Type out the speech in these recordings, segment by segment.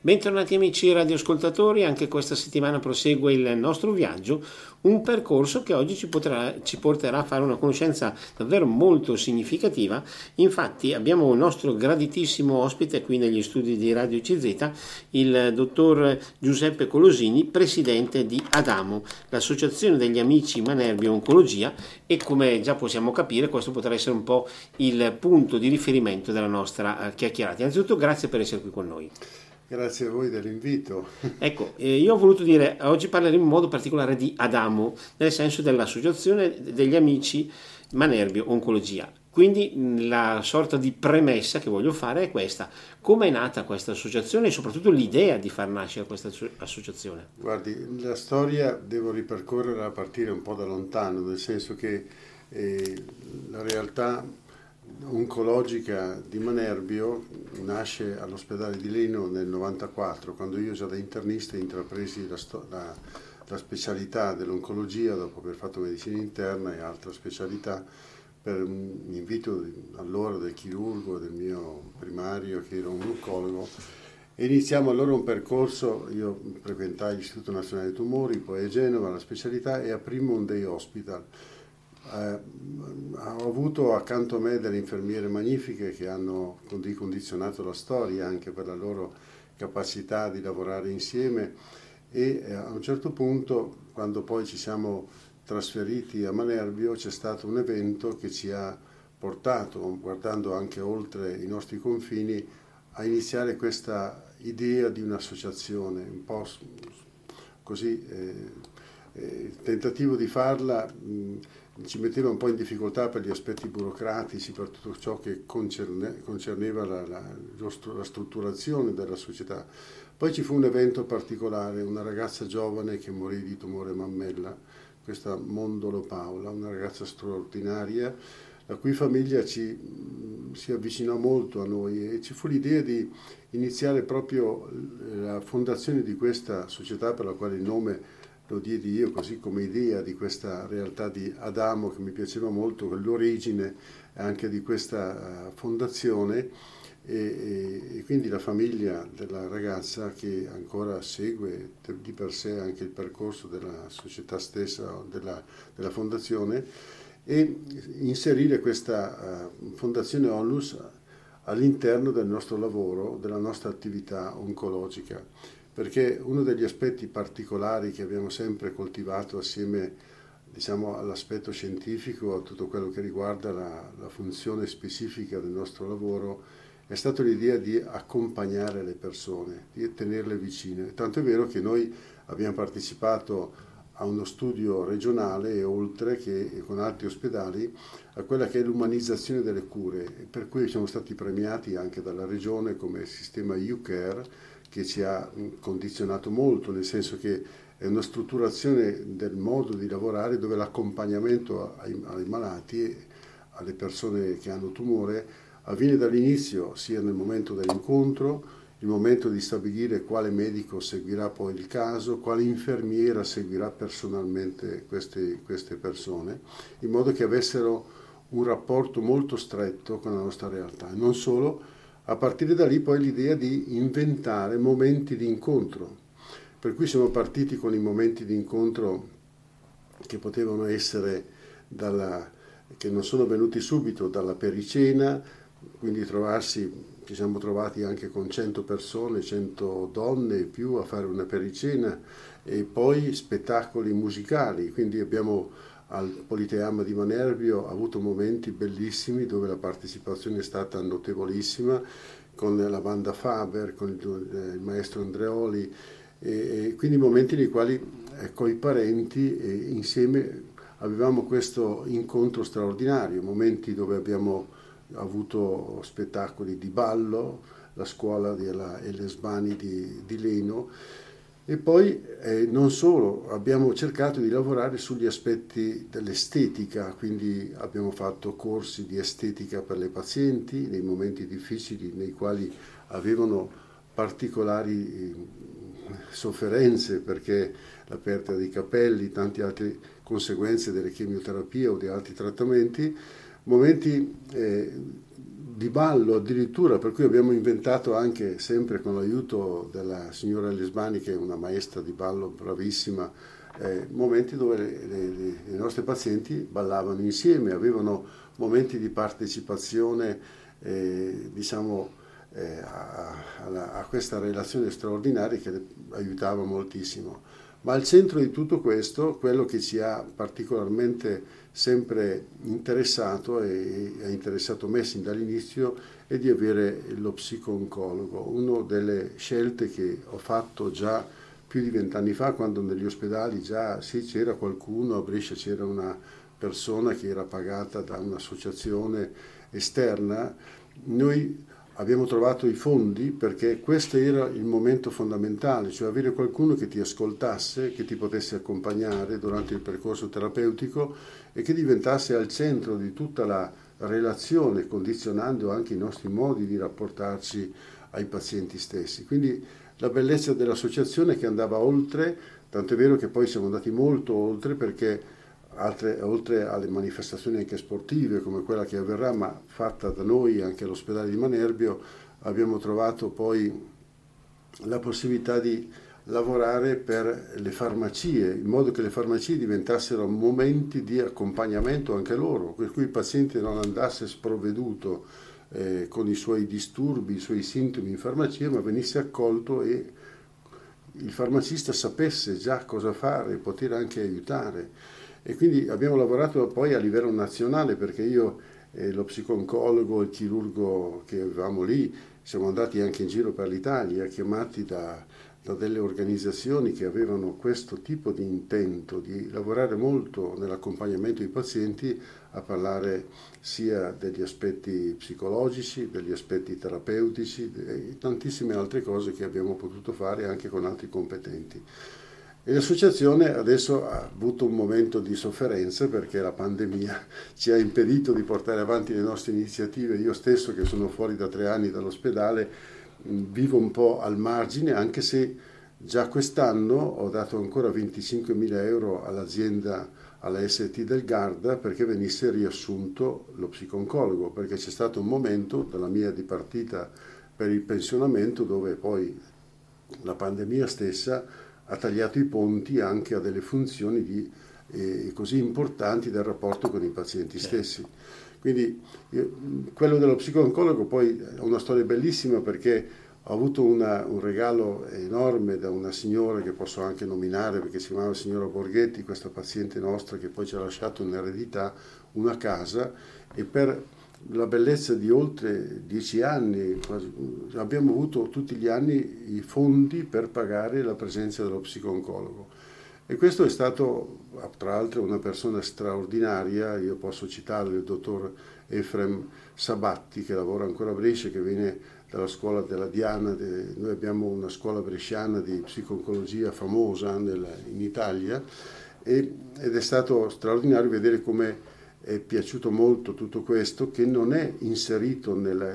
Bentornati amici radioascoltatori, anche questa settimana prosegue il nostro viaggio, un percorso che oggi ci porterà a fare una conoscenza davvero molto significativa. Infatti abbiamo il nostro graditissimo ospite qui negli studi di Radio CZ, il dottor Giuseppe Colosini, presidente di Adamo, l'associazione degli amici Manerbio Oncologia, e come già possiamo capire questo potrà essere un po' il punto di riferimento della nostra chiacchierata. Innanzitutto grazie per essere qui con noi. Grazie a voi dell'invito. Ecco, io ho voluto dire, oggi parleremo in modo particolare di Adamo, nel senso dell'associazione degli amici Manerbio Oncologia. Quindi la sorta di premessa che voglio fare è questa: come è nata questa associazione e soprattutto l'idea di far nascere questa associazione? Guardi, la storia devo ripercorrere a partire un po' da lontano, nel senso che la realtà oncologica di Manerbio nasce all'ospedale di Leno nel 94, quando io già da internista intrapresi la specialità dell'oncologia dopo aver fatto medicina interna e altra specialità per un invito allora del chirurgo, del mio primario che era un oncologo. E iniziamo allora un percorso. Io frequentai l'Istituto Nazionale dei Tumori, poi a Genova la specialità, e aprimmo un day hospital. Ho avuto accanto a me delle infermiere magnifiche che hanno condizionato la storia anche per la loro capacità di lavorare insieme, e a un certo punto, quando poi ci siamo trasferiti a Manerbio, c'è stato un evento che ci ha portato, guardando anche oltre i nostri confini, a iniziare questa idea di un'associazione, un po' così. Il tentativo di farla ci metteva un po' in difficoltà per gli aspetti burocratici, per tutto ciò che concerneva la strutturazione della società. Poi ci fu un evento particolare, una ragazza giovane che morì di tumore mammella, questa Mondolo Paola, una ragazza straordinaria, la cui famiglia si avvicinò molto a noi, e ci fu l'idea di iniziare proprio la fondazione di questa società, per la quale il nome lo diedi io, così come idea di questa realtà di Adamo, che mi piaceva molto, con l'origine anche di questa fondazione, e quindi la famiglia della ragazza, che ancora segue di per sé anche il percorso della società stessa, della fondazione, e inserire questa fondazione Onlus all'interno del nostro lavoro, della nostra attività oncologica, perché uno degli aspetti particolari che abbiamo sempre coltivato assieme, diciamo, all'aspetto scientifico, a tutto quello che riguarda la funzione specifica del nostro lavoro, è stata l'idea di accompagnare le persone, di tenerle vicine. Tanto è vero che noi abbiamo partecipato a uno studio regionale e oltre, che con altri ospedali, a quella che è l'umanizzazione delle cure, per cui siamo stati premiati anche dalla regione come sistema UCare, che ci ha condizionato molto, nel senso che è una strutturazione del modo di lavorare dove l'accompagnamento ai malati, alle persone che hanno tumore, avviene dall'inizio, sia nel momento dell'incontro, il momento di stabilire quale medico seguirà poi il caso, quale infermiera seguirà personalmente queste persone, in modo che avessero un rapporto molto stretto con la nostra realtà. E non solo, a partire da lì poi l'idea di inventare momenti di incontro, per cui siamo partiti con i momenti di incontro che potevano essere che non sono venuti subito, dalla pericena, quindi ci siamo trovati anche con 100 persone, 100 donne e più a fare una pericena, e poi spettacoli musicali, quindi abbiamo al Politeama di Manerbio avuto momenti bellissimi dove la partecipazione è stata notevolissima, con la banda Faber, con il maestro Andreoli, e quindi momenti nei quali con i parenti insieme avevamo questo incontro straordinario, momenti dove abbiamo avuto spettacoli di ballo, la scuola della Elesbani di Leno. E poi non solo, abbiamo cercato di lavorare sugli aspetti dell'estetica, quindi abbiamo fatto corsi di estetica per le pazienti nei momenti difficili nei quali avevano particolari sofferenze, perché la perdita dei capelli, tante altre conseguenze delle chemioterapie o di altri trattamenti, momenti di ballo addirittura, per cui abbiamo inventato anche, sempre con l'aiuto della signora Lesbani, che è una maestra di ballo bravissima, momenti dove i nostri pazienti ballavano insieme, avevano momenti di partecipazione, diciamo, a questa relazione straordinaria che aiutava moltissimo. Ma al centro di tutto questo, quello che ci ha particolarmente sempre interessato e ha interessato me sin dall'inizio, è di avere lo psico-oncologo. Una delle scelte che ho fatto già più di 20 anni fa, quando negli ospedali già sì, c'era qualcuno, a Brescia c'era una persona che era pagata da un'associazione esterna, noi abbiamo trovato i fondi perché questo era il momento fondamentale, cioè avere qualcuno che ti ascoltasse, che ti potesse accompagnare durante il percorso terapeutico e che diventasse al centro di tutta la relazione, condizionando anche i nostri modi di rapportarci ai pazienti stessi. Quindi la bellezza dell'associazione che andava oltre, tanto è vero che poi siamo andati molto oltre, perché oltre alle manifestazioni anche sportive come quella che avverrà, ma fatta da noi anche all'ospedale di Manerbio, abbiamo trovato poi la possibilità di lavorare per le farmacie, in modo che le farmacie diventassero momenti di accompagnamento anche loro, per cui il paziente non andasse sprovveduto con i suoi disturbi, i suoi sintomi in farmacia, ma venisse accolto e il farmacista sapesse già cosa fare, poter anche aiutare. E quindi abbiamo lavorato poi a livello nazionale, perché io lo psico-oncologo, il chirurgo che avevamo lì, siamo andati anche in giro per l'Italia, chiamati da delle organizzazioni che avevano questo tipo di intento, di lavorare molto nell'accompagnamento dei pazienti, a parlare sia degli aspetti psicologici, degli aspetti terapeutici e tantissime altre cose che abbiamo potuto fare anche con altri competenti. E l'associazione adesso ha avuto un momento di sofferenza perché la pandemia ci ha impedito di portare avanti le nostre iniziative. Io stesso, che sono fuori da 3 anni dall'ospedale, vivo un po' al margine, anche se già quest'anno ho dato ancora 25.000 euro all'azienda, alla ST del Garda, perché venisse riassunto lo psico-oncologo, perché c'è stato un momento della mia dipartita per il pensionamento dove poi la pandemia stessa ha tagliato i ponti anche a delle funzioni così importanti del rapporto con i pazienti stessi. Quindi quello dello psico-oncologo poi è una storia bellissima, perché ho avuto un regalo enorme da una signora che posso anche nominare perché si chiamava signora Borghetti, questa paziente nostra che poi ci ha lasciato in eredità una casa, e per la bellezza di oltre 10 anni abbiamo avuto tutti gli anni i fondi per pagare la presenza dello psico-oncologo. E questo è stato, tra l'altro, una persona straordinaria. Io posso citare il dottor Efrem Sabatti, che lavora ancora a Brescia, che viene dalla scuola della Diana. Noi abbiamo una scuola bresciana di psico-oncologia famosa in Italia, ed è stato straordinario vedere come è piaciuto molto tutto questo, che non è inserito nelle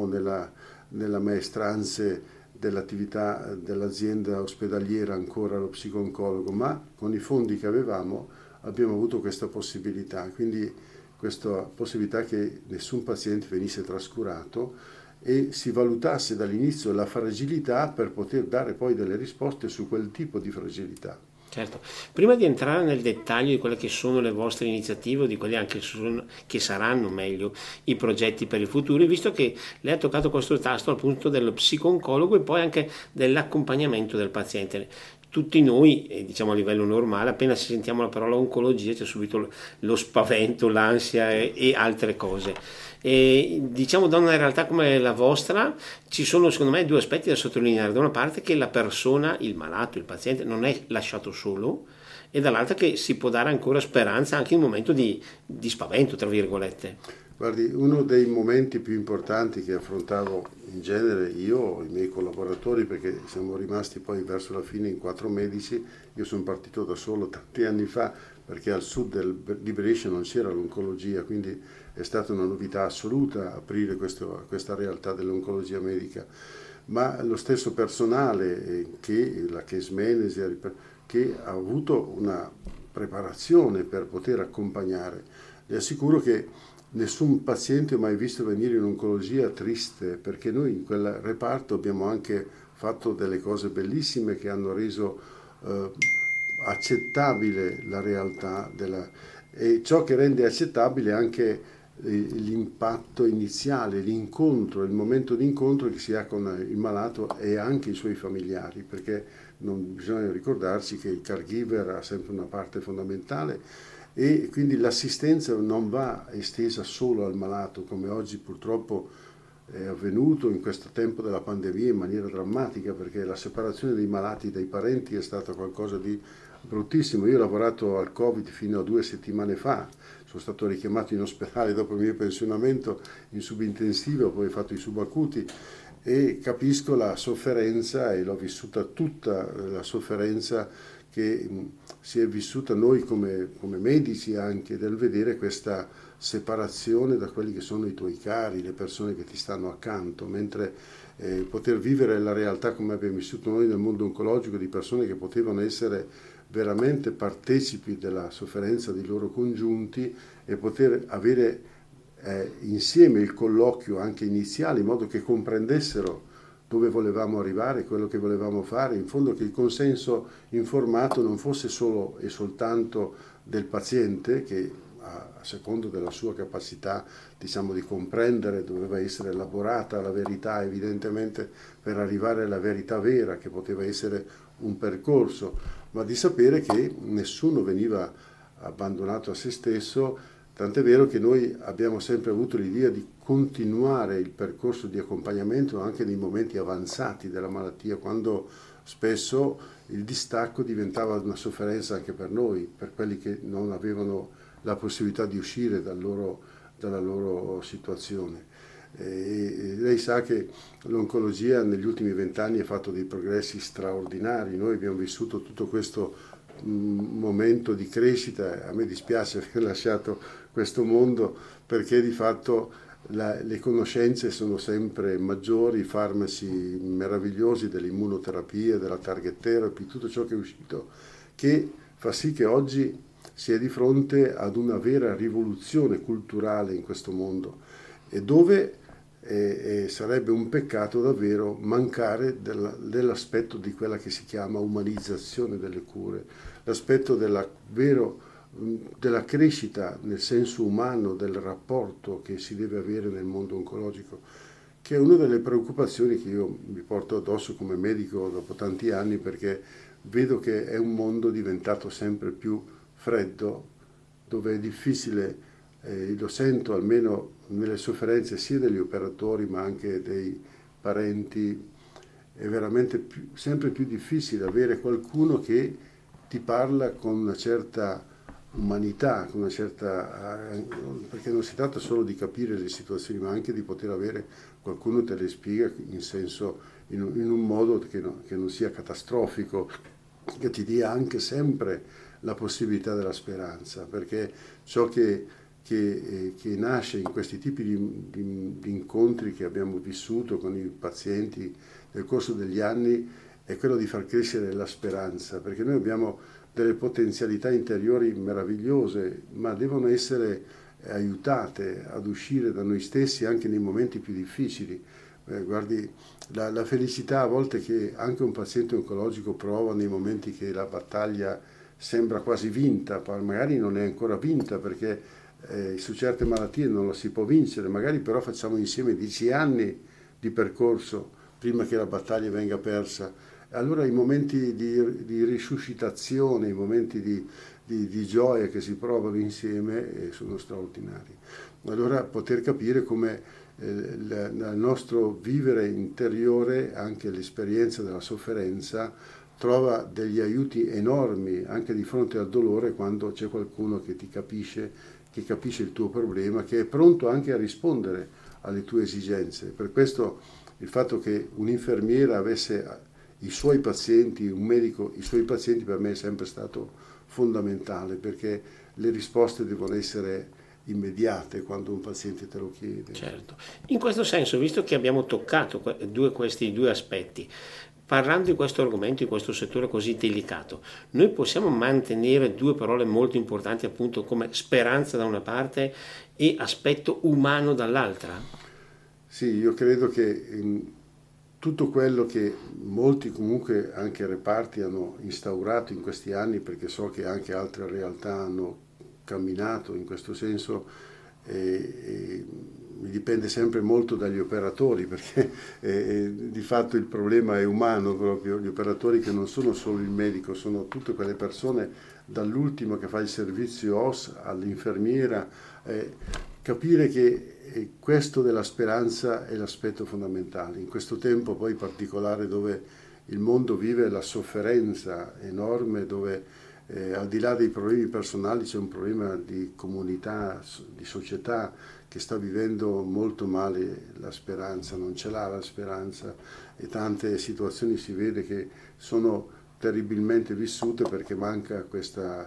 maestranze dell'attività dell'azienda ospedaliera ancora lo psico-oncologo, ma con i fondi che avevamo abbiamo avuto questa possibilità, quindi questa possibilità che nessun paziente venisse trascurato e si valutasse dall'inizio la fragilità per poter dare poi delle risposte su quel tipo di fragilità. Certo, prima di entrare nel dettaglio di quelle che sono le vostre iniziative o di quelli anche che saranno meglio i progetti per il futuro, visto che lei ha toccato questo tasto appunto dello psico-oncologo e poi anche dell'accompagnamento del paziente. Tutti noi, diciamo a livello normale, appena si sentiamo la parola oncologia c'è subito lo spavento, l'ansia e altre cose. E diciamo da una realtà come la vostra ci sono secondo me 2 aspetti da sottolineare: da una parte che la persona, il malato, il paziente non è lasciato solo, e dall'altra che si può dare ancora speranza anche in un momento di spavento, tra virgolette. Guardi, uno dei momenti più importanti che affrontavo in genere io e i miei collaboratori, perché siamo rimasti poi verso la fine in 4 medici, io sono partito da solo tanti anni fa perché al sud di Brescia non c'era l'oncologia, quindi è stata una novità assoluta aprire questa realtà dell'oncologia medica, ma lo stesso personale che la case manager che ha avuto una preparazione per poter accompagnare. Le assicuro che nessun paziente ho mai visto venire in oncologia triste, perché noi in quel reparto abbiamo anche fatto delle cose bellissime che hanno reso accettabile la realtà e ciò che rende accettabile anche l'impatto iniziale, l'incontro, il momento di incontro che si ha con il malato e anche i suoi familiari, perché non bisogna ricordarci che il caregiver ha sempre una parte fondamentale e quindi l'assistenza non va estesa solo al malato, come oggi purtroppo è avvenuto in questo tempo della pandemia in maniera drammatica, perché la separazione dei malati dai parenti è stata qualcosa di bruttissimo. Io ho lavorato al Covid fino a 2 settimane fa, sono stato richiamato in ospedale dopo il mio pensionamento in subintensiva, poi ho fatto i subacuti e capisco la sofferenza e l'ho vissuta tutta la sofferenza che si è vissuta noi come medici anche del vedere questa separazione da quelli che sono i tuoi cari, le persone che ti stanno accanto, mentre poter vivere la realtà come abbiamo vissuto noi nel mondo oncologico di persone che potevano essere veramente partecipi della sofferenza dei loro congiunti e poter avere insieme il colloquio anche iniziale in modo che comprendessero dove volevamo arrivare, quello che volevamo fare, in fondo che il consenso informato non fosse solo e soltanto del paziente che a secondo della sua capacità diciamo di comprendere doveva essere elaborata la verità evidentemente per arrivare alla verità vera che poteva essere un percorso, ma di sapere che nessuno veniva abbandonato a se stesso. Tant'è vero che noi abbiamo sempre avuto l'idea di continuare il percorso di accompagnamento anche nei momenti avanzati della malattia, quando spesso il distacco diventava una sofferenza anche per noi, per quelli che non avevano la possibilità di uscire dalla loro situazione. E lei sa che l'oncologia negli ultimi 20 anni ha fatto dei progressi straordinari, noi abbiamo vissuto tutto questo momento di crescita, a me dispiace aver lasciato questo mondo perché di fatto le conoscenze sono sempre maggiori, i farmaci meravigliosi dell'immunoterapia, della target therapy, tutto ciò che è uscito, che fa sì che oggi si è di fronte ad una vera rivoluzione culturale in questo mondo e dove sarebbe un peccato davvero mancare dell'aspetto di quella che si chiama umanizzazione delle cure, l'aspetto della crescita nel senso umano del rapporto che si deve avere nel mondo oncologico, che è una delle preoccupazioni che io mi porto addosso come medico dopo tanti anni, perché vedo che è un mondo diventato sempre più freddo, dove è difficile, lo sento almeno nelle sofferenze sia degli operatori ma anche dei parenti, è veramente sempre più difficile avere qualcuno che ti parla con una certa umanità, con una certa, perché non si tratta solo di capire le situazioni ma anche di poter avere qualcuno che te le spiega in un modo che non sia catastrofico, che ti dia anche sempre la possibilità della speranza, perché ciò che nasce in questi tipi di incontri che abbiamo vissuto con i pazienti nel corso degli anni è quello di far crescere la speranza, perché noi abbiamo delle potenzialità interiori meravigliose, ma devono essere aiutate ad uscire da noi stessi anche nei momenti più difficili. Guardi, la felicità a volte che anche un paziente oncologico prova nei momenti che la battaglia sembra quasi vinta, magari non è ancora vinta perché su certe malattie non la si può vincere, magari però facciamo insieme 10 anni di percorso prima che la battaglia venga persa. Allora i momenti di risuscitazione, i momenti di gioia che si provano insieme sono straordinari. Allora poter capire come il nostro vivere interiore, anche l'esperienza della sofferenza, trova degli aiuti enormi anche di fronte al dolore quando c'è qualcuno che ti capisce, che capisce il tuo problema, che è pronto anche a rispondere alle tue esigenze. Per questo il fatto che un'infermiera avesse i suoi pazienti, un medico i suoi pazienti, per me è sempre stato fondamentale, perché le risposte devono essere immediate quando un paziente te lo chiede. Certo. In questo senso, visto che abbiamo toccato questi due aspetti, Parlando di questo argomento, in questo settore così delicato, noi possiamo mantenere due parole molto importanti, appunto, come speranza da una parte e aspetto umano dall'altra? Sì, io credo che tutto quello che molti comunque anche reparti hanno instaurato in questi anni, perché so che anche altre realtà hanno camminato in questo senso, e dipende sempre molto dagli operatori, perché di fatto il problema è umano proprio, gli operatori che non sono solo il medico, sono tutte quelle persone, dall'ultimo che fa il servizio OS all'infermiera, capire che questo della speranza è l'aspetto fondamentale. In questo tempo poi particolare dove il mondo vive la sofferenza enorme, dove al di là dei problemi personali c'è un problema di comunità, di società che sta vivendo molto male la speranza, non ce l'ha la speranza, e tante situazioni si vede che sono terribilmente vissute perché manca questa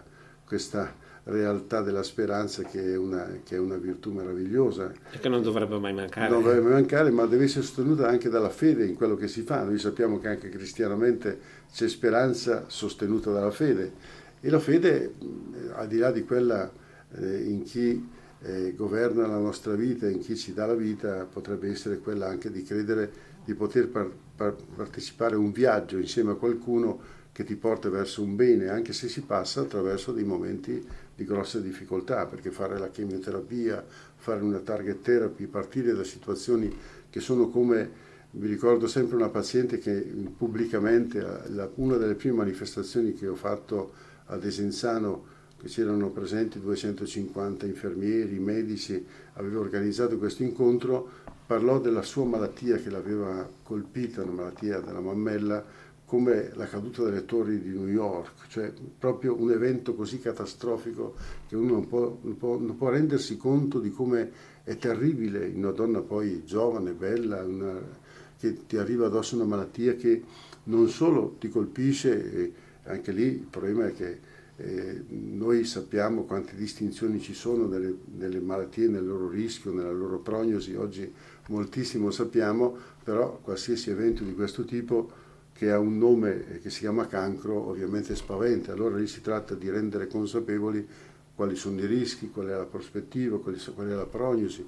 realtà della speranza che è una virtù meravigliosa. E che non dovrebbe mai mancare. Non dovrebbe mancare, ma deve essere sostenuta anche dalla fede in quello che si fa. Noi sappiamo che anche cristianamente c'è speranza sostenuta dalla fede, e la fede, al di là di quella in chi governa la nostra vita, in chi ci dà la vita, potrebbe essere quella anche di credere di poter partecipare a un viaggio insieme a qualcuno che ti porta verso un bene, anche se si passa attraverso dei momenti di grossa difficoltà, perché fare la chemioterapia, fare una target therapy, partire da situazioni che sono come, mi ricordo sempre una paziente che pubblicamente, una delle prime manifestazioni che ho fatto a Desenzano, che c'erano presenti 250 infermieri, medici, aveva organizzato questo incontro, parlò della sua malattia che l'aveva colpita, una malattia della mammella, come la caduta delle torri di New York, cioè proprio un evento così catastrofico che uno non può rendersi conto di come è terribile in una donna poi giovane, bella, che ti arriva addosso una malattia che non solo ti colpisce, anche lì il problema è che noi sappiamo quante distinzioni ci sono nelle malattie, nel loro rischio, nella loro prognosi, oggi moltissimo sappiamo, però qualsiasi evento di questo tipo che ha un nome che si chiama cancro ovviamente spaventa. Allora lì si tratta di rendere consapevoli quali sono i rischi, qual è la prospettiva, qual è la prognosi.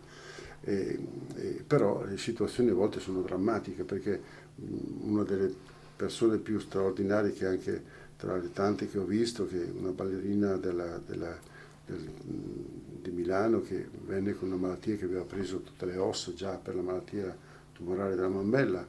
Però le situazioni a volte sono drammatiche, perché una delle persone più straordinarie, che anche tra le tante che ho visto, che è una ballerina di Milano, che venne con una malattia che aveva preso tutte le ossa già per la malattia tumorale della mammella,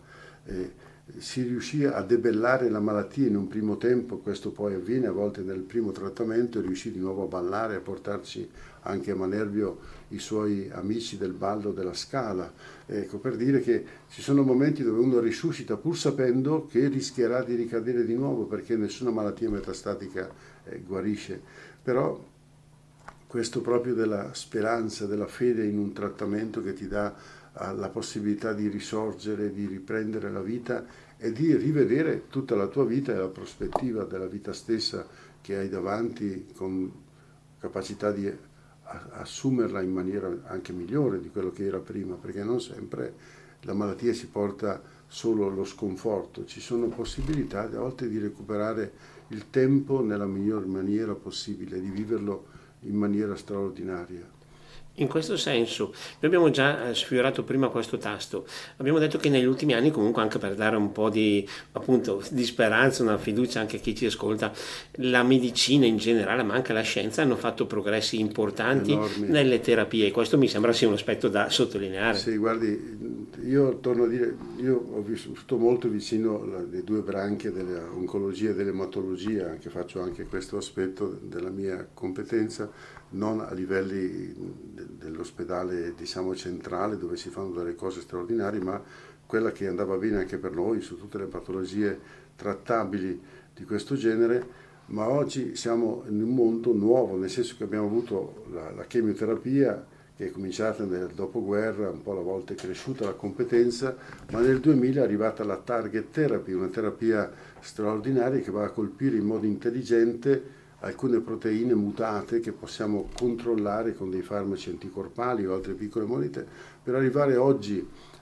si riuscì a debellare la malattia in un primo tempo, questo poi avviene a volte nel primo trattamento, e riuscì di nuovo a ballare, a portarci anche a Manerbio i suoi amici del ballo della Scala. Ecco, per dire che ci sono momenti dove uno risuscita pur sapendo che rischierà di ricadere di nuovo, perché nessuna malattia metastatica guarisce. Però questo proprio della speranza, della fede in un trattamento che ti dà la possibilità di risorgere, di riprendere la vita e di rivedere tutta la tua vita e la prospettiva della vita stessa che hai davanti, con capacità di assumerla in maniera anche migliore di quello che era prima, perché non sempre la malattia ci porta solo allo sconforto, ci sono possibilità a volte di recuperare il tempo nella miglior maniera possibile, di viverlo in maniera straordinaria. In questo senso, noi abbiamo già sfiorato prima questo tasto, abbiamo detto che negli ultimi anni, comunque, anche per dare un po' di, appunto, di speranza, una fiducia anche a chi ci ascolta, la medicina in generale, ma anche la scienza, hanno fatto progressi importanti Enormi. Nelle terapie, e questo mi sembra sia un aspetto da sottolineare. Sì, guardi, io torno a dire, io ho vissuto molto vicino le due branche dell'oncologia e dell'ematologia, che faccio anche questo aspetto della mia competenza, non a livelli dell'ospedale, diciamo, centrale, dove si fanno delle cose straordinarie, ma quella che andava bene anche per noi su tutte le patologie trattabili di questo genere. Ma oggi siamo in un mondo nuovo, nel senso che abbiamo avuto la chemioterapia, che è cominciata nel dopoguerra, un po' alla volta è cresciuta la competenza, ma nel 2000 è arrivata la target therapy, una terapia straordinaria che va a colpire in modo intelligente alcune proteine mutate che possiamo controllare con dei farmaci anticorpali o altre piccole molecole, per arrivare oggi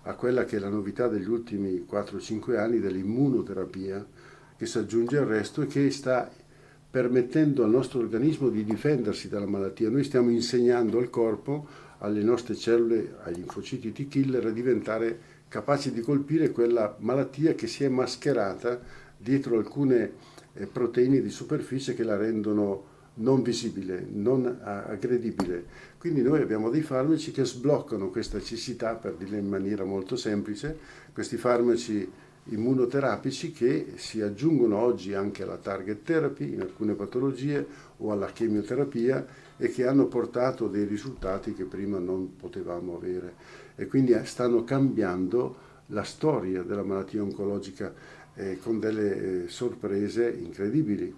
a quella che è la novità degli ultimi 4-5 anni dell'immunoterapia, che si aggiunge al resto e che sta permettendo al nostro organismo di difendersi dalla malattia. Noi stiamo insegnando al corpo, alle nostre cellule, agli linfociti T killer, a diventare capaci di colpire quella malattia che si è mascherata dietro alcune proteine di superficie che la rendono non visibile, non aggredibile. Quindi noi abbiamo dei farmaci che sbloccano questa cecità, per dirla in maniera molto semplice, questi farmaci immunoterapici che si aggiungono oggi anche alla target therapy in alcune patologie o alla chemioterapia e che hanno portato dei risultati che prima non potevamo avere e quindi stanno cambiando la storia della malattia oncologica con delle sorprese incredibili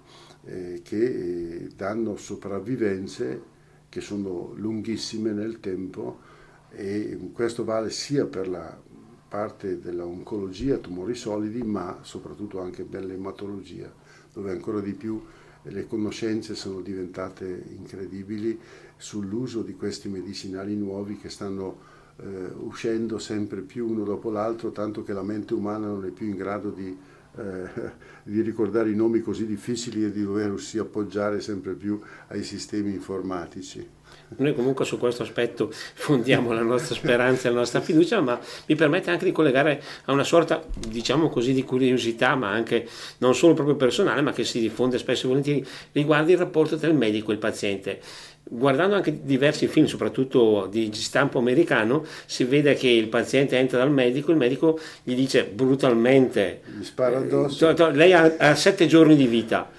che danno sopravvivenze che sono lunghissime nel tempo e questo vale sia per la parte dell'oncologia, tumori solidi, ma soprattutto anche per l'ematologia, dove ancora di più le conoscenze sono diventate incredibili sull'uso di questi medicinali nuovi che stanno uscendo sempre più uno dopo l'altro, tanto che la mente umana non è più in grado di ricordare i nomi così difficili e di doversi appoggiare sempre più ai sistemi informatici. Noi comunque su questo aspetto fondiamo la nostra speranza e la nostra fiducia, ma mi permette anche di collegare a una sorta, diciamo così, di curiosità, ma anche non solo proprio personale, ma che si diffonde spesso e volentieri, riguarda il rapporto tra il medico e il paziente. Guardando anche diversi film, soprattutto di stampo americano, si vede che il paziente entra dal medico, il medico gli dice brutalmente: gli spara addosso. Lei ha 7 giorni di vita.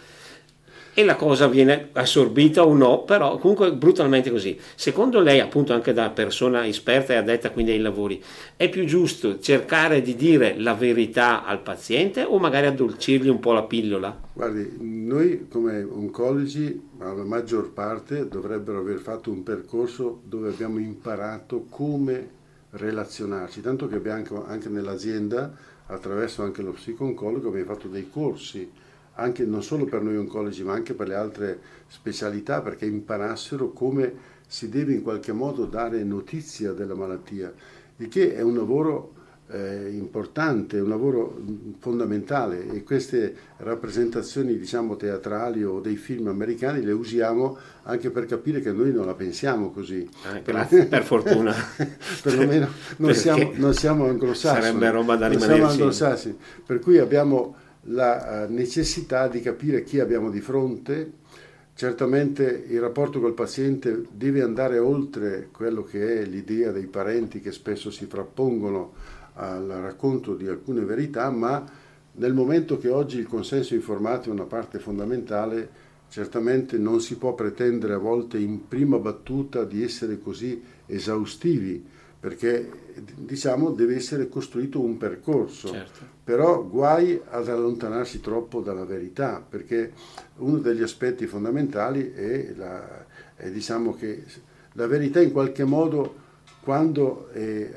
E la cosa viene assorbita o no, però comunque brutalmente così. Secondo lei, appunto anche da persona esperta e addetta quindi ai lavori, è più giusto cercare di dire la verità al paziente o magari addolcirgli un po' la pillola? Guardi, noi come oncologi, la maggior parte, dovrebbero aver fatto un percorso dove abbiamo imparato come relazionarci, tanto che abbiamo anche nell'azienda, attraverso anche lo psico-oncologo, abbiamo fatto dei corsi, anche non solo per noi oncologi ma anche per le altre specialità, perché imparassero come si deve in qualche modo dare notizia della malattia, il che è un lavoro importante, un lavoro fondamentale e queste rappresentazioni diciamo teatrali o dei film americani le usiamo anche per capire che noi non la pensiamo così. Grazie, per fortuna. Perlomeno non siamo anglosassoni. Sarebbe roba da rimanerci. Per cui abbiamo la necessità di capire chi abbiamo di fronte. Certamente il rapporto col paziente deve andare oltre quello che è l'idea dei parenti che spesso si frappongono al racconto di alcune verità, ma nel momento che oggi il consenso informato è una parte fondamentale, certamente non si può pretendere a volte in prima battuta di essere così esaustivi, perché diciamo deve essere costruito un percorso, certo. Però guai ad allontanarsi troppo dalla verità, perché uno degli aspetti fondamentali è diciamo che la verità in qualche modo quando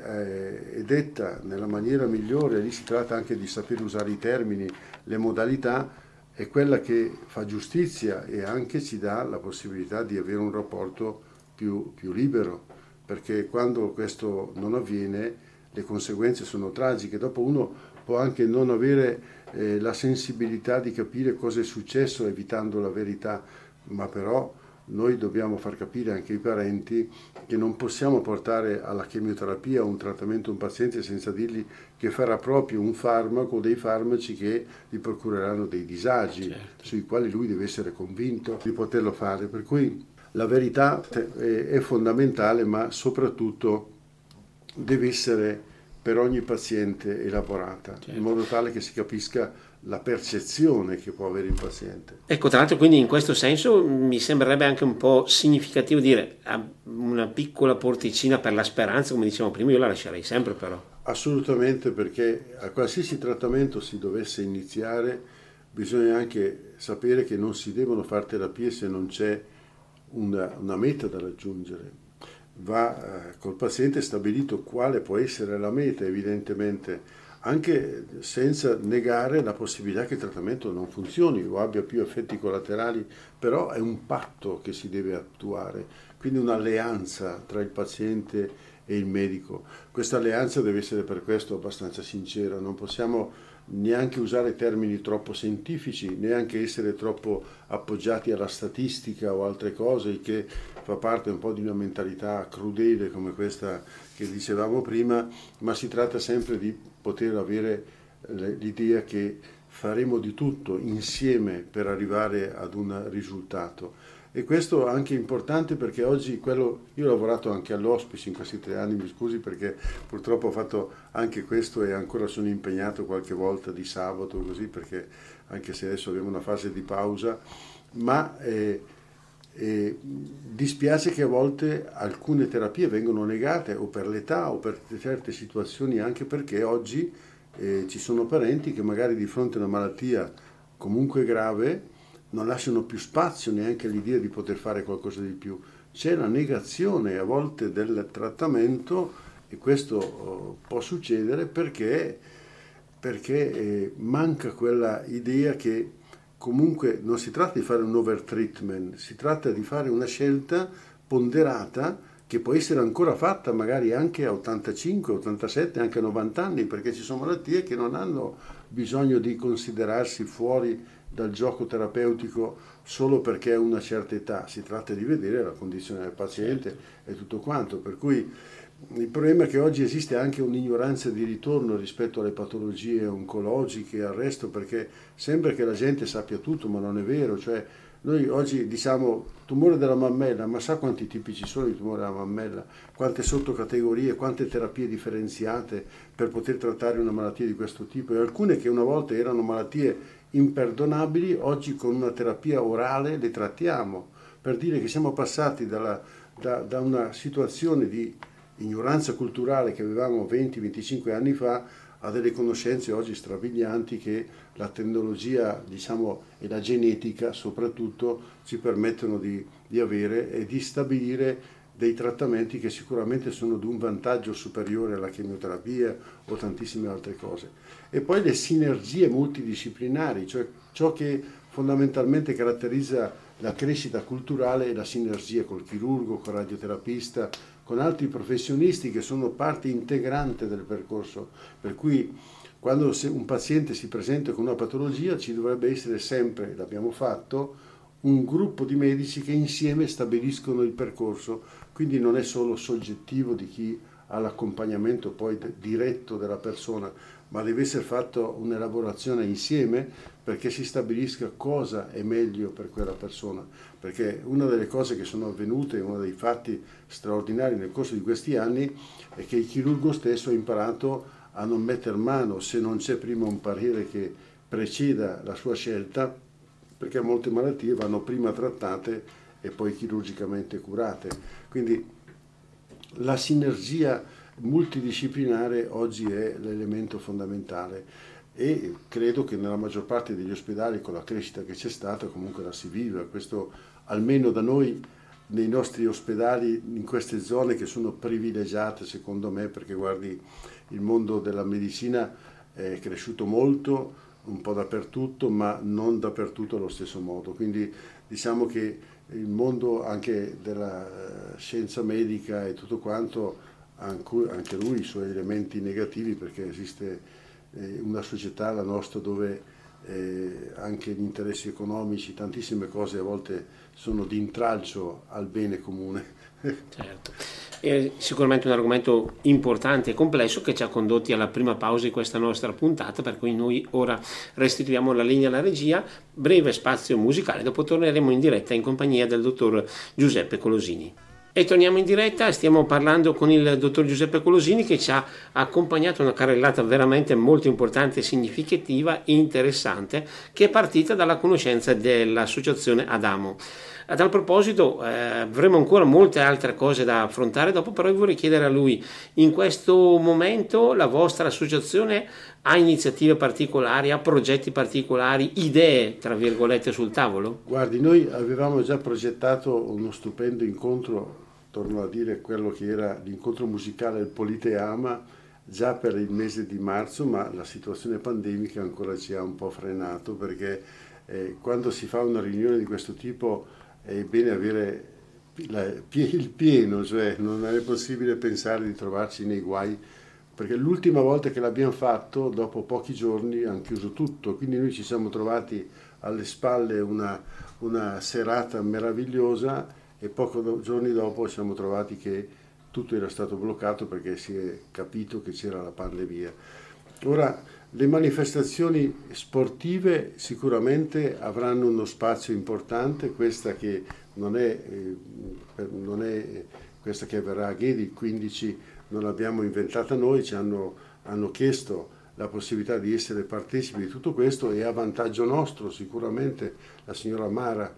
è detta nella maniera migliore, lì si tratta anche di sapere usare i termini, le modalità, è quella che fa giustizia e anche ci dà la possibilità di avere un rapporto più libero, perché quando questo non avviene le conseguenze sono tragiche. Dopo uno può anche non avere la sensibilità di capire cosa è successo evitando la verità, ma però noi dobbiamo far capire anche ai parenti che non possiamo portare alla chemioterapia o un trattamento un paziente senza dirgli che farà proprio un farmaco o dei farmaci che gli procureranno dei disagi, certo, sui quali lui deve essere convinto di poterlo fare. Per cui la verità è fondamentale, ma soprattutto deve essere per ogni paziente elaborata, certo, in modo tale che si capisca la percezione che può avere il paziente. Ecco, tra l'altro quindi in questo senso mi sembrerebbe anche un po' significativo dire una piccola porticina per la speranza, come dicevamo prima, io la lascerei sempre però. Assolutamente, perché a qualsiasi trattamento si dovesse iniziare bisogna anche sapere che non si devono fare terapie se non c'è una meta da raggiungere. Va col paziente stabilito quale può essere la meta, evidentemente, anche senza negare la possibilità che il trattamento non funzioni o abbia più effetti collaterali, però è un patto che si deve attuare, quindi un'alleanza tra il paziente e il medico. Questa alleanza deve essere per questo abbastanza sincera, non possiamo neanche usare termini troppo scientifici, neanche essere troppo appoggiati alla statistica o altre cose, che fa parte un po' di una mentalità crudele come questa che dicevamo prima, ma si tratta sempre di poter avere l'idea che faremo di tutto insieme per arrivare ad un risultato. E questo è anche importante perché oggi io ho lavorato anche all'hospice in questi 3 anni, mi scusi perché purtroppo ho fatto anche questo e ancora sono impegnato qualche volta di sabato così, perché anche se adesso abbiamo una fase di pausa, ma dispiace che a volte alcune terapie vengono negate o per l'età o per certe situazioni, anche perché oggi ci sono parenti che magari di fronte a una malattia comunque grave non lasciano più spazio neanche all'idea di poter fare qualcosa di più. C'è la negazione a volte del trattamento e questo può succedere perché manca quella idea che comunque non si tratta di fare un overtreatment, si tratta di fare una scelta ponderata che può essere ancora fatta magari anche a 85, 87, anche a 90 anni, perché ci sono malattie che non hanno bisogno di considerarsi fuori dal gioco terapeutico solo perché a una certa età, si tratta di vedere la condizione del paziente e tutto quanto, per cui il problema è che oggi esiste anche un'ignoranza di ritorno rispetto alle patologie oncologiche e al resto, perché sembra che la gente sappia tutto, ma non è vero, cioè noi oggi diciamo tumore della mammella, ma sa quanti tipi ci sono di tumore della mammella, quante sottocategorie, quante terapie differenziate per poter trattare una malattia di questo tipo, e alcune che una volta erano malattie imperdonabili, oggi con una terapia orale le trattiamo, per dire che siamo passati da una situazione di ignoranza culturale che avevamo 20-25 anni fa a delle conoscenze oggi strabilianti che la tecnologia, diciamo, e la genetica soprattutto ci permettono di avere e di stabilire dei trattamenti che sicuramente sono di un vantaggio superiore alla chemioterapia o tantissime altre cose. E poi le sinergie multidisciplinari, cioè ciò che fondamentalmente caratterizza la crescita culturale è la sinergia col chirurgo, col radioterapista, con altri professionisti che sono parte integrante del percorso, per cui quando un paziente si presenta con una patologia ci dovrebbe essere sempre, l'abbiamo fatto, un gruppo di medici che insieme stabiliscono il percorso, quindi non è solo soggettivo di chi ha l'accompagnamento poi diretto della persona, ma deve essere fatta un'elaborazione insieme perché si stabilisca cosa è meglio per quella persona, perché una delle cose che sono avvenute, uno dei fatti straordinari nel corso di questi anni è che il chirurgo stesso ha imparato a non metter mano se non c'è prima un parere che preceda la sua scelta, perché molte malattie vanno prima trattate e poi chirurgicamente curate. Quindi la sinergia multidisciplinare oggi è l'elemento fondamentale e credo che nella maggior parte degli ospedali, con la crescita che c'è stata, comunque la si vive. Questo almeno da noi, nei nostri ospedali, in queste zone che sono privilegiate secondo me, perché guardi, il mondo della medicina è cresciuto molto, un po' dappertutto, ma non dappertutto allo stesso modo. Quindi diciamo che il mondo anche della scienza medica e tutto quanto, anche lui, i suoi elementi negativi, perché esiste una società, la nostra, dove anche gli interessi economici, tantissime cose a volte sono di intralcio al bene comune. Certo, è sicuramente un argomento importante e complesso che ci ha condotti alla prima pausa di questa nostra puntata, per cui noi ora restituiamo la linea alla regia, breve spazio musicale, dopo torneremo in diretta in compagnia del dottor Giuseppe Colosini. E torniamo in diretta, stiamo parlando con il dottor Giuseppe Colosini che ci ha accompagnato una carrellata veramente molto importante, significativa e interessante, che è partita dalla conoscenza dell'associazione Adamo. A tal proposito avremo ancora molte altre cose da affrontare dopo, però io vorrei chiedere a lui, in questo momento la vostra associazione ha iniziative particolari, ha progetti particolari, idee tra virgolette sul tavolo? Guardi, noi avevamo già progettato uno stupendo incontro, torno a dire quello che era l'incontro musicale del Politeama, già per il mese di marzo, ma la situazione pandemica ancora ci ha un po' frenato, perché quando si fa una riunione di questo tipo è bene avere il pieno, cioè non è possibile pensare di trovarci nei guai, perché l'ultima volta che l'abbiamo fatto, dopo pochi giorni, hanno chiuso tutto, quindi noi ci siamo trovati alle spalle una serata meravigliosa e giorni dopo ci siamo trovati che tutto era stato bloccato perché si è capito che c'era la pandemia. Ora, le manifestazioni sportive sicuramente avranno uno spazio importante, questa che non è questa che avverrà a Ghedi, il 15 non l'abbiamo inventata noi, hanno chiesto la possibilità di essere partecipi di tutto questo e a vantaggio nostro sicuramente la signora Mara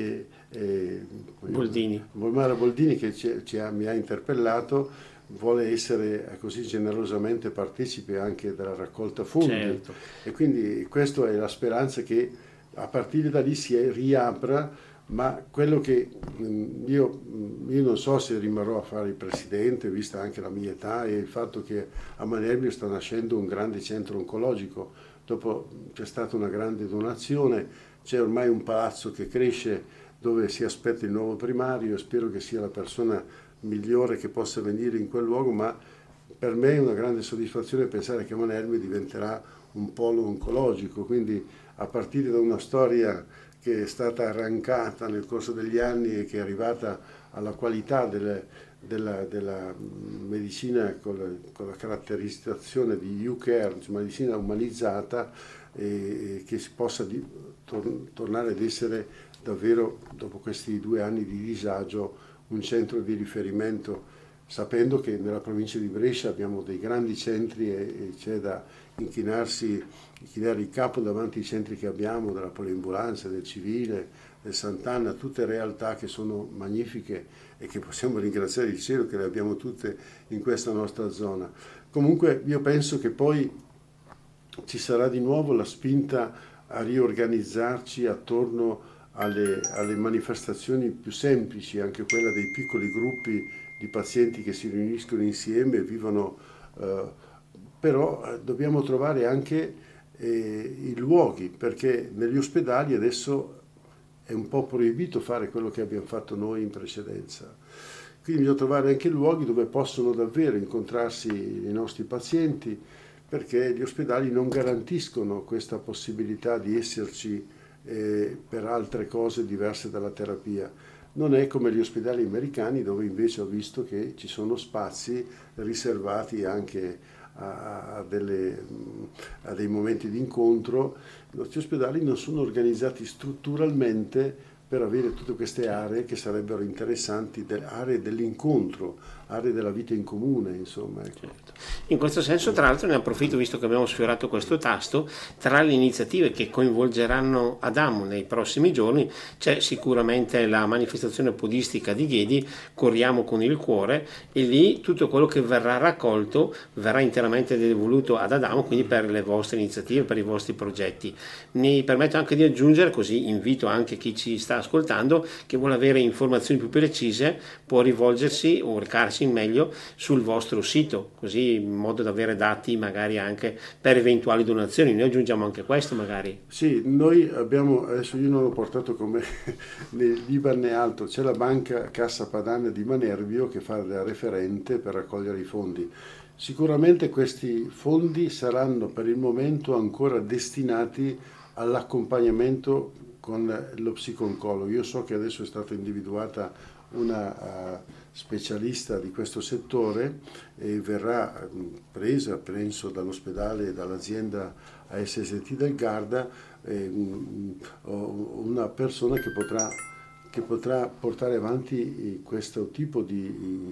Mara Boldini che mi ha interpellato vuole essere così generosamente partecipe anche della raccolta fondi, certo. E quindi questa è la speranza che a partire da lì si riapra, ma quello che io non so se rimarrò a fare il presidente, vista anche la mia età e il fatto che a Manerbio sta nascendo un grande centro oncologico, dopo c'è stata una grande donazione, c'è ormai un palazzo che cresce dove si aspetta il nuovo primario, spero che sia la persona migliore che possa venire in quel luogo, ma per me è una grande soddisfazione pensare che Manerbio diventerà un polo oncologico, quindi a partire da una storia che è stata arrancata nel corso degli anni e che è arrivata alla qualità della medicina con la caratterizzazione di U-Care, cioè medicina umanizzata, e che si possa tornare ad essere davvero, dopo questi 2 anni di disagio, un centro di riferimento, sapendo che nella provincia di Brescia abbiamo dei grandi centri e c'è da inchinare il capo davanti ai centri che abbiamo, della poliambulanza, del civile, del Sant'Anna, tutte realtà che sono magnifiche e che possiamo ringraziare il cielo che le abbiamo tutte in questa nostra zona. Comunque io penso che poi ci sarà di nuovo la spinta a riorganizzarci attorno alle manifestazioni più semplici, anche quella dei piccoli gruppi di pazienti che si riuniscono insieme e vivono, però dobbiamo trovare anche i luoghi, perché negli ospedali adesso è un po' proibito fare quello che abbiamo fatto noi in precedenza. Quindi bisogna trovare anche luoghi dove possono davvero incontrarsi i nostri pazienti, perché gli ospedali non garantiscono questa possibilità di esserci per altre cose diverse dalla terapia. Non è come gli ospedali americani, dove invece ho visto che ci sono spazi riservati anche a dei momenti di incontro. I nostri ospedali non sono organizzati strutturalmente per avere tutte queste aree che sarebbero interessanti, aree dell'incontro, aree della vita in comune, insomma. Ecco. Certo. In questo senso, tra l'altro, ne approfitto, visto che abbiamo sfiorato questo tasto, tra le iniziative che coinvolgeranno Adamo nei prossimi giorni c'è sicuramente la manifestazione podistica di Ghedi, Corriamo con il cuore, e lì tutto quello che verrà raccolto verrà interamente devoluto ad Adamo, quindi per le vostre iniziative, per i vostri progetti. Mi permetto anche di aggiungere, così invito anche chi ci sta ascoltando, che vuole avere informazioni più precise, può rivolgersi o recarsi meglio sul vostro sito, così in modo da avere dati magari anche per eventuali donazioni. Noi aggiungiamo anche questo magari. Sì, noi abbiamo, adesso io non l'ho portato come né l'Iban né altro, c'è la banca Cassa Padana di Manerbio che fa da referente per raccogliere i fondi. Sicuramente questi fondi saranno per il momento ancora destinati all'accompagnamento con lo psico-oncologo. Io so che adesso è stata individuata una specialista di questo settore e verrà presa, penso, dall'ospedale e dall'azienda ASST del Garda, una persona che potrà portare avanti questo tipo di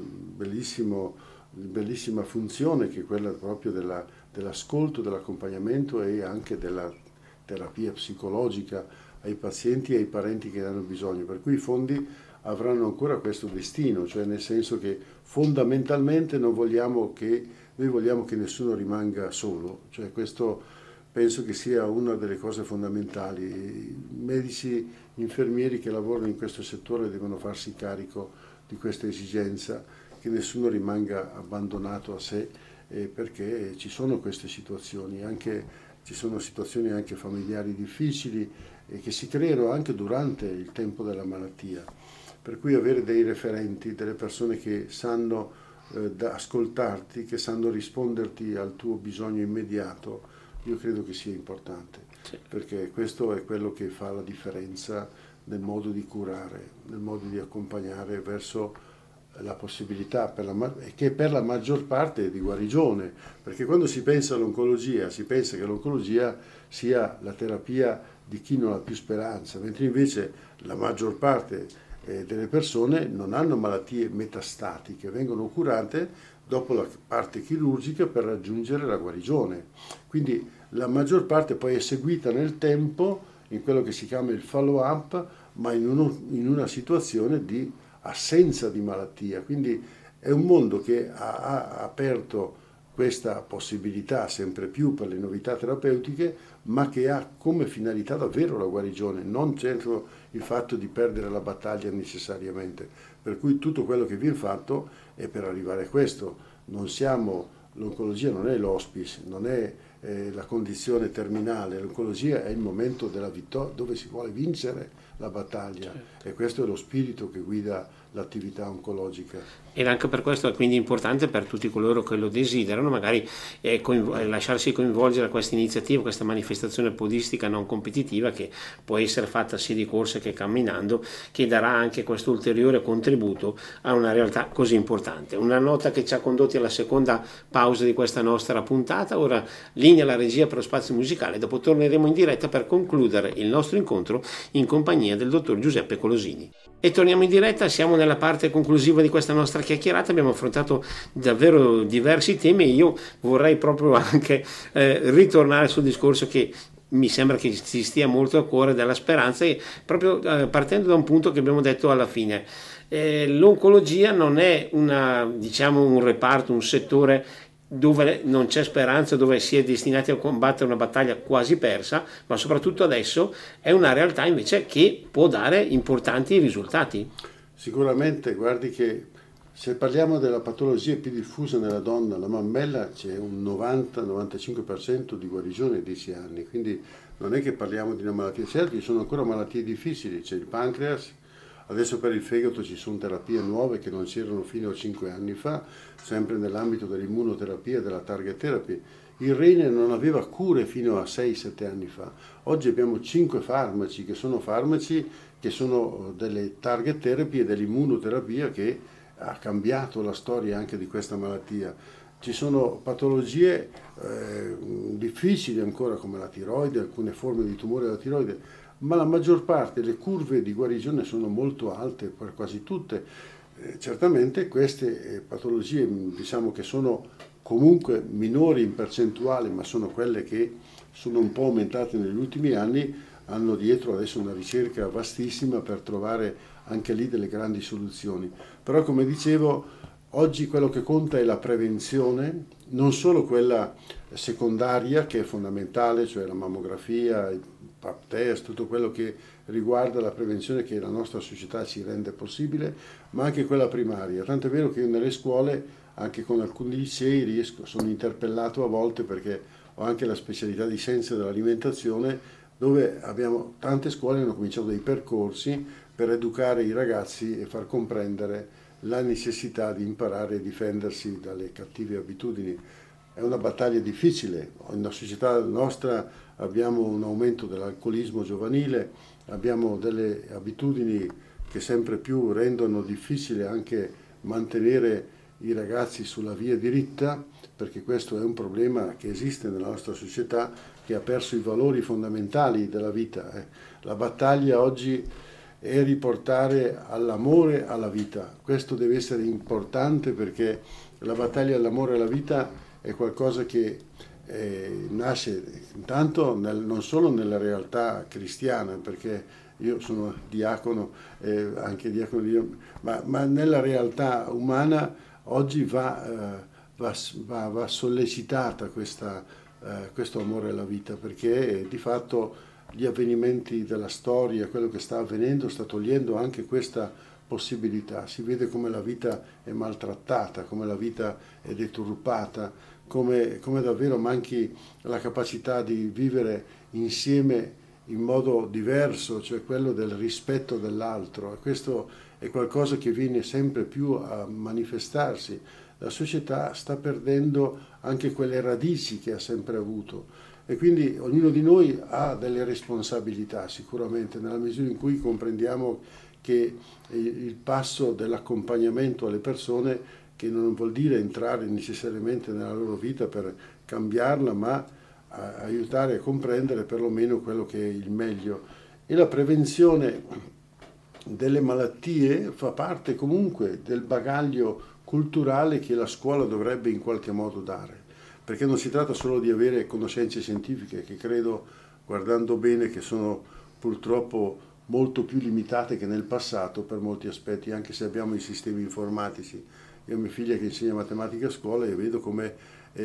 bellissima funzione, che è quella proprio dell'ascolto, dell'accompagnamento e anche della terapia psicologica ai pazienti e ai parenti che ne hanno bisogno, per cui i fondi avranno ancora questo destino, cioè nel senso che fondamentalmente noi vogliamo che nessuno rimanga solo, cioè questo penso che sia una delle cose fondamentali. I medici, infermieri che lavorano in questo settore devono farsi carico di questa esigenza, che nessuno rimanga abbandonato a sé, perché ci sono queste situazioni, ci sono situazioni anche familiari difficili e che si creano anche durante il tempo della malattia. per cui avere dei referenti, delle persone che sanno da ascoltarti, che sanno risponderti al tuo bisogno immediato, io credo che sia importante, Sì. perché questo è quello che fa la differenza nel modo di curare, nel modo di accompagnare verso la possibilità che per la maggior parte è di guarigione, perché quando si pensa all'oncologia si pensa che l'oncologia sia la terapia di chi non ha più speranza, mentre invece la maggior parte delle persone non hanno malattie metastatiche, vengono curate dopo la parte chirurgica per raggiungere la guarigione. Quindi la maggior parte poi è seguita nel tempo in quello che si chiama il follow-up, ma in una situazione di assenza di malattia. Quindi è un mondo che ha aperto questa possibilità sempre più per le novità terapeutiche, ma che ha come finalità davvero la guarigione, non certo il fatto di perdere la battaglia necessariamente. Per cui tutto quello che viene fatto è per arrivare a questo. L'oncologia non è l'hospice, non è la condizione terminale, l'oncologia è il momento della vittoria dove si vuole vincere la battaglia, certo. E questo è lo spirito che guida l'attività oncologica. Ed anche per questo è quindi importante per tutti coloro che lo desiderano magari lasciarsi coinvolgere a questa iniziativa, questa manifestazione podistica non competitiva che può essere fatta sia di corsa che camminando, che darà anche questo ulteriore contributo a una realtà così importante. Una nota che ci ha condotti alla seconda pausa di questa nostra puntata. Ora linea la regia per lo spazio musicale, dopo torneremo in diretta per concludere il nostro incontro in compagnia del dottor Giuseppe Colosini. E torniamo in diretta, siamo nella parte conclusiva di questa nostra chiacchierata, abbiamo affrontato davvero diversi temi e io vorrei proprio anche ritornare sul discorso che mi sembra che ci stia molto a cuore della speranza, e proprio partendo da un punto che abbiamo detto alla fine. L'oncologia non è un reparto, un settore dove non c'è speranza, dove si è destinati a combattere una battaglia quasi persa, ma soprattutto adesso è una realtà invece che può dare importanti risultati. Sicuramente, guardi che se parliamo della patologia più diffusa nella donna, la mammella, c'è un 90-95% di guarigione a 10 anni, quindi non è che parliamo di una malattia, certo ci sono ancora malattie difficili, c'è il pancreas. Adesso per il fegato ci sono terapie nuove che non c'erano fino a 5 anni fa, sempre nell'ambito dell'immunoterapia e della target therapy. Il rene non aveva cure fino a 6-7 anni fa. Oggi abbiamo 5 farmaci che sono delle target therapy e dell'immunoterapia che ha cambiato la storia anche di questa malattia. Ci sono patologie difficili ancora come la tiroide, alcune forme di tumore della tiroide, ma la maggior parte delle curve di guarigione sono molto alte per quasi tutte. Certamente queste patologie, diciamo che sono comunque minori in percentuale, ma sono quelle che sono un po' aumentate negli ultimi anni, hanno dietro adesso una ricerca vastissima per trovare anche lì delle grandi soluzioni. Però come dicevo, oggi quello che conta è la prevenzione, non solo quella secondaria che è fondamentale, cioè la mammografia, il pap test, tutto quello che riguarda la prevenzione che la nostra società ci rende possibile, ma anche quella primaria. Tanto è vero che io nelle scuole, anche con alcuni licei, sono interpellato a volte perché ho anche la specialità di scienze dell'alimentazione, dove tante scuole hanno cominciato dei percorsi per educare i ragazzi e far comprendere la necessità di imparare a difendersi dalle cattive abitudini. È una battaglia difficile, nella società nostra abbiamo un aumento dell'alcolismo giovanile, abbiamo delle abitudini che sempre più rendono difficile anche mantenere i ragazzi sulla via diritta, perché questo è un problema che esiste nella nostra società, che ha perso i valori fondamentali della vita. La battaglia oggi è riportare all'amore alla vita. Questo deve essere importante perché la battaglia all'amore alla vita è qualcosa che nasce intanto non solo nella realtà cristiana, perché io sono diacono, anche diacono, ma nella realtà umana oggi va sollecitata questo amore alla vita, perché di fatto gli avvenimenti della storia, quello che sta avvenendo, sta togliendo anche questa possibilità. Si vede come la vita è maltrattata, come la vita è deturpata, come davvero manchi la capacità di vivere insieme in modo diverso, cioè quello del rispetto dell'altro. E questo è qualcosa che viene sempre più a manifestarsi. La società sta perdendo anche quelle radici che ha sempre avuto e quindi ognuno di noi ha delle responsabilità sicuramente, nella misura in cui comprendiamo che il passo dell'accompagnamento alle persone, che non vuol dire entrare necessariamente nella loro vita per cambiarla, ma aiutare a comprendere perlomeno quello che è il meglio. E la prevenzione delle malattie fa parte comunque del bagaglio culturale che la scuola dovrebbe in qualche modo dare, perché non si tratta solo di avere conoscenze scientifiche, che credo, guardando bene, che sono purtroppo molto più limitate che nel passato per molti aspetti, anche se abbiamo i sistemi informatici. Io ho mia figlia che insegna matematica a scuola e vedo come,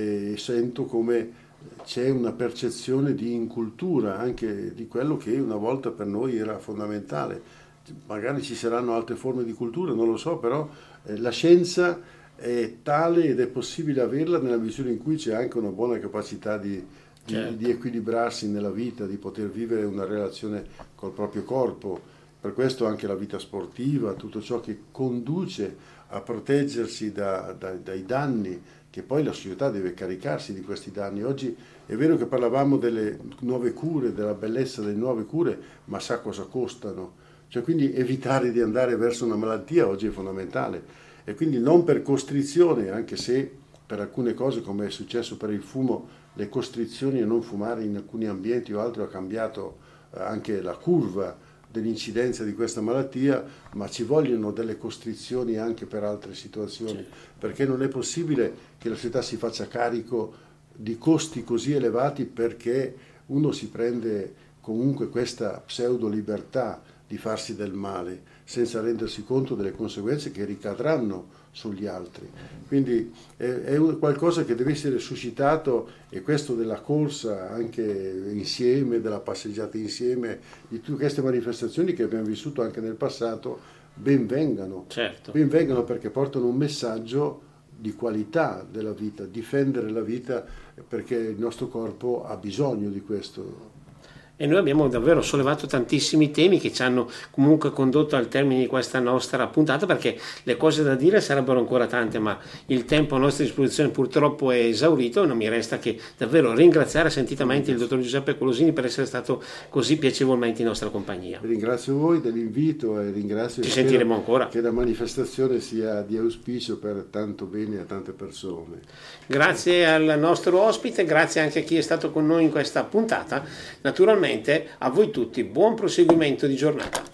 sento come c'è una percezione di incultura anche di quello che una volta per noi era fondamentale. Magari ci saranno altre forme di cultura, non lo so, però la scienza è tale ed è possibile averla nella misura in cui c'è anche una buona capacità di equilibrarsi nella vita, di poter vivere una relazione col proprio corpo. Per questo anche la vita sportiva, tutto ciò che conduce a proteggersi dai danni, che poi la società deve caricarsi di questi danni. Oggi è vero che parlavamo delle nuove cure, della bellezza delle nuove cure, ma sa cosa costano. Cioè, quindi evitare di andare verso una malattia oggi è fondamentale, e quindi non per costrizione, anche se per alcune cose, come è successo per il fumo, le costrizioni a non fumare in alcuni ambienti o altro ha cambiato anche la curva dell'incidenza di questa malattia, ma ci vogliono delle costrizioni anche per altre situazioni, perché non è possibile che la società si faccia carico di costi così elevati perché uno si prende comunque questa pseudo libertà di farsi del male senza rendersi conto delle conseguenze che ricadranno sugli altri. Quindi è qualcosa che deve essere suscitato, e questo della corsa anche insieme, della passeggiata insieme, di tutte queste manifestazioni che abbiamo vissuto anche nel passato, ben vengano. Certo. Ben vengano, perché portano un messaggio di qualità della vita, difendere la vita, perché il nostro corpo ha bisogno di questo. E noi abbiamo davvero sollevato tantissimi temi che ci hanno comunque condotto al termine di questa nostra puntata, perché le cose da dire sarebbero ancora tante, ma il tempo a nostra disposizione purtroppo è esaurito. Non mi resta che davvero ringraziare sentitamente il dottor Giuseppe Colosini per essere stato così piacevolmente in nostra compagnia. Ringrazio voi dell'invito e ringrazio Ci sentiremo ancora. Che la manifestazione sia di auspicio per tanto bene a tante persone. Grazie al nostro ospite, grazie anche a chi è stato con noi in questa puntata. Naturalmente a voi tutti buon proseguimento di giornata.